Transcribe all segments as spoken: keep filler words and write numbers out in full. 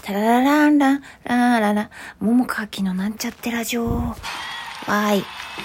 タララランランラララ桃川きのなんちゃってラジオわーい。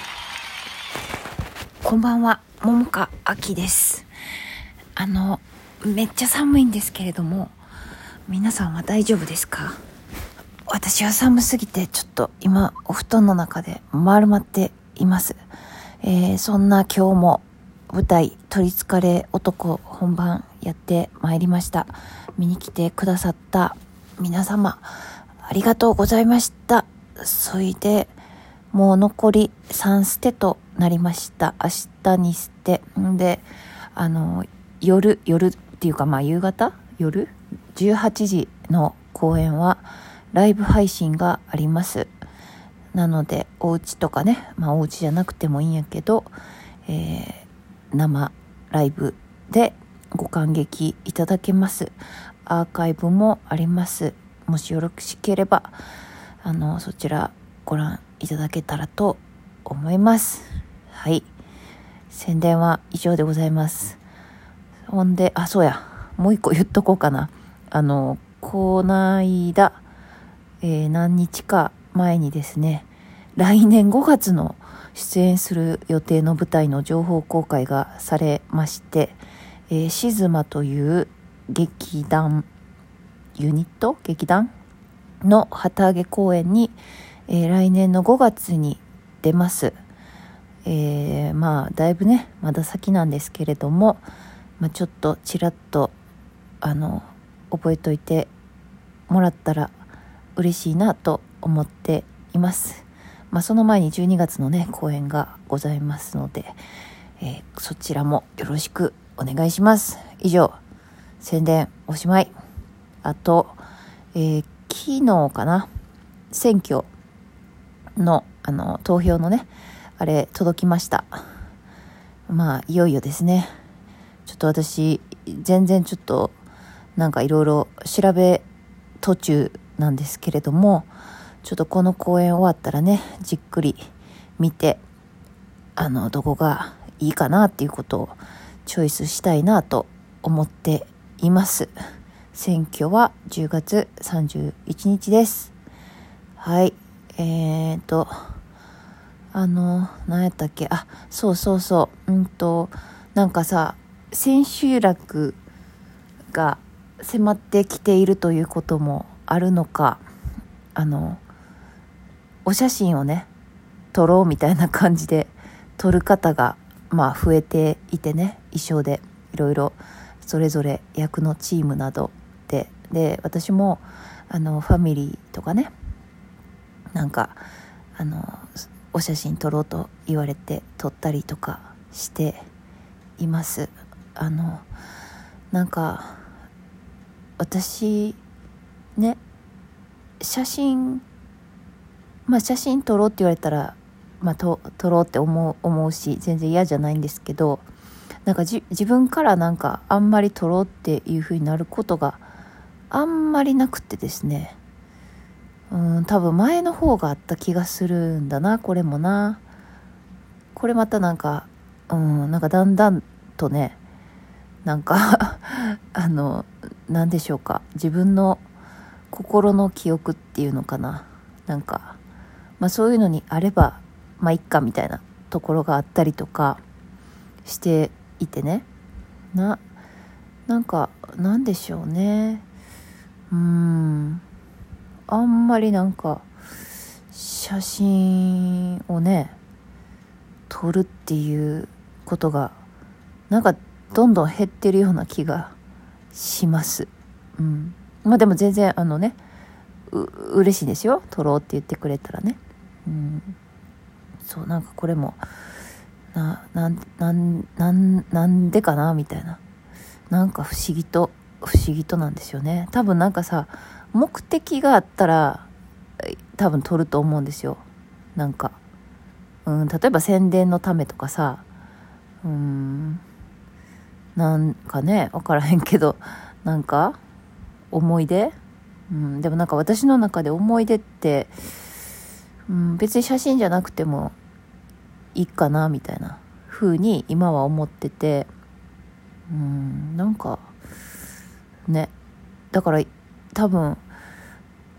こんばんは、桃川あきです。あのめっちゃ寒いんですけれども、皆さんは大丈夫ですか？私は寒すぎてちょっと今お布団の中で丸まっています。えー、そんな今日も舞台取りつかれ男本番やってまいりました。見に来てくださった皆様ありがとうございました。それでもう残りさんステとなりました。明日にステで、あの夜夜っていうかまあ夕方夜じゅうはちじの公演はライブ配信があります。なのでお家とかね、まあお家じゃなくてもいいんやけど、えー、生ライブでご感激いただけます。アーカイブもあります。もしよろしければあのそちらご覧いただけたらと思います。はい、宣伝は以上でございます。ほんで、あ、そうや、もう一個言っとこうかな。あのこないだ、えー、何日か前にですね、来年ごがつの出演する予定の舞台の情報公開がされまして、えー、シズマという劇団ユニット劇団の旗揚げ公演に、えー、来年のごがつに出ます。えー、まあだいぶねまだ先なんですけれども、まあ、ちょっとちらっとあの覚えといてもらったら嬉しいなと思っています。まあ、その前にじゅうにがつのね公演がございますので、えー、そちらもよろしくお願いします。以上、宣伝おしまい。あと、えー、昨日かな、選挙のあの投票のねあれ届きました。まあいよいよですね。ちょっと私全然ちょっとなんかいろいろ調べ途中なんですけれども、ちょっとこの公演終わったらねじっくり見て、あのどこがいいかなっていうことをチョイスしたいなと思っています。選挙はじゅうがつさんじゅういちにちです。はい、えーとあの何やったっけ、あ、そうそうそううんとなんかさ、千秋楽が迫ってきているということもあるのか、あのお写真をね撮ろうみたいな感じで撮る方がまあ増えていてね、衣装でいろいろそれぞれ役のチームなどでで私もあのファミリーとかね、なんかあのお写真撮ろうと言われて撮ったりとかしています。あのなんか私ね、写真まあ写真撮ろうって言われたらまあと撮ろうって思う思うし全然嫌じゃないんですけど、なんかじ自分からなんかあんまり撮ろうっていう風になることがあんまりなくてですね、うん多分前の方があった気がするんだな。これもな、これまたなんかうんなんかだんだんとね、なんかあのなんでしょうか、自分の心の記憶っていうのかな、なんかまあそういうのにあればまあいっかみたいなところがあったりとかしていてね、ななんかなんでしょうね、うーんあんまりなんか写真をね撮るっていうことがなんかどんどん減ってるような気がします。うん、まあでも全然あのねう嬉しいですよ、撮ろうって言ってくれたらね。うん、そうなんかこれもななんなんなんなんでかなみたいな、なんか不思議と不思議となんですよね。多分なんかさ目的があったら多分撮ると思うんですよ。なんか、うん、例えば宣伝のためとかさ、うーんなんかね分からへんけど、なんか思い出、うん、でもなんか私の中で思い出って、うん、別に写真じゃなくてもいいかなみたいな風に今は思ってて、うんなんかね、だから多分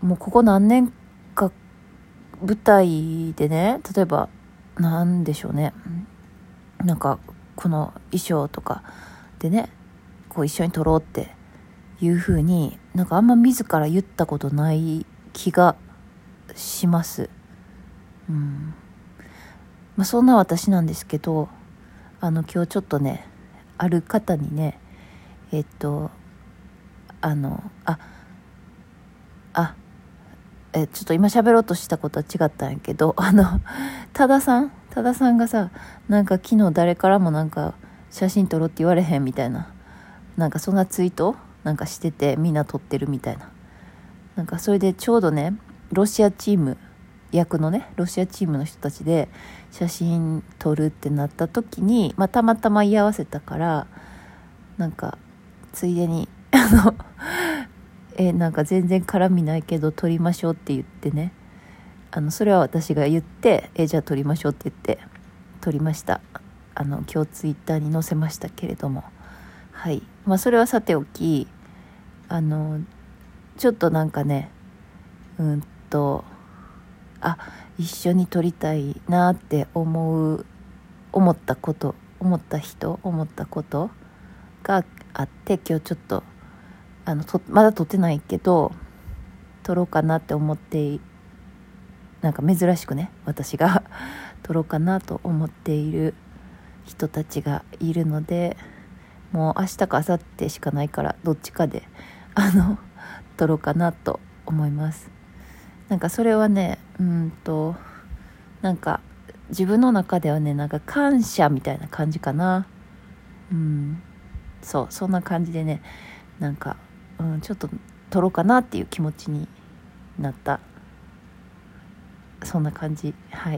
もうここ何年か舞台でね、例えばなんでしょうね、なんかこの衣装とかでね、こう一緒に撮ろうっていう風になんかあんま自ら言ったことない気がします。うん。まあそんな私なんですけど、あの今日ちょっとね、ある方にね、えっとあのああえちょっと今喋ろうとしたことは違ったんやけど、あの多田さん多田さんがさ、なんか昨日誰からもなんか写真撮ろうって言われへんみたいな、なんかそんなツイートなんかしてて、みんな撮ってるみたいな、なんかそれでちょうどね、ロシアチーム役のねロシアチームの人たちで写真撮るってなった時に、まあ、たまたま居合わせたから、なんかついでにあのえなんか全然絡みないけど撮りましょうって言ってね、あのそれは私が言って、えじゃあ撮りましょうって言って撮りました。あの今日ツイッターに載せましたけれども、はい、まあそれはさておき、あのちょっとなんかね、うんとあ一緒に撮りたいなって思う思ったこと思った人思ったことがあって、今日ちょっとあのとまだ撮ってないけど撮ろうかなって思って、なんか珍しくね私が撮ろうかなと思っている人たちがいるので、もう明日か明後日しかないからどっちかであの撮ろうかなと思います。なんかそれはね、うんとなんか自分の中ではね、なんか感謝みたいな感じかな。うんそうそんな感じでね、なんか、うん、ちょっと撮ろうかなっていう気持ちになった、そんな感じ。はい。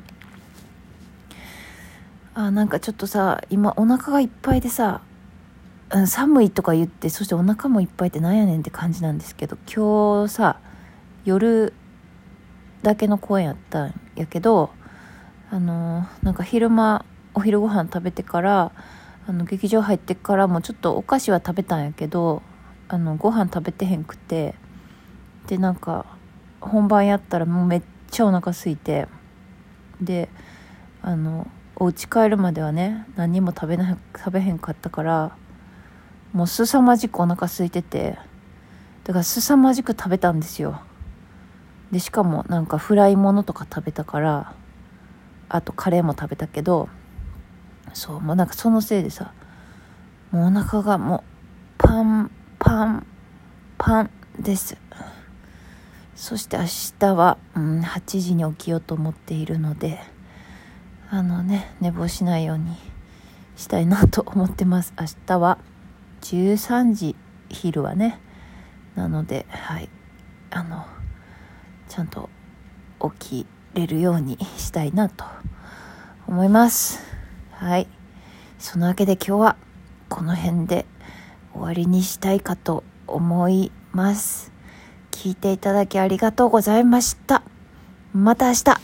あなんかちょっとさ、今お腹がいっぱいでさ、うん、寒いとか言って、そしてお腹もいっぱいってなんやねんって感じなんですけど、今日さ夜だけの公演やったんやけど、あのー、なんか昼間お昼ご飯食べてから、あの劇場入ってからもちょっとお菓子は食べたんやけど、あのご飯食べてへんくて、でなんか本番やったらもうめっちゃお腹空いて、であのお家帰るまではね何にも食べな食べへんかったから、もうすさまじくお腹空いてて、だからすさまじく食べたんですよ。でしかもなんかフライものとか食べたから、あとカレーも食べたけど、そうもうなんかそのせいでさ、もうお腹がもうパンパンパンです。そして明日は、うん、はちじに起きようと思っているので、あのね寝坊しないようにしたいなと思ってます。明日はじゅうさんじ、昼はね、なので、はい、あのちゃんと起きれるようにしたいなと思います。はい、そのわけで今日はこの辺で終わりにしたいかと思います。聞いていただきありがとうございました。また明日。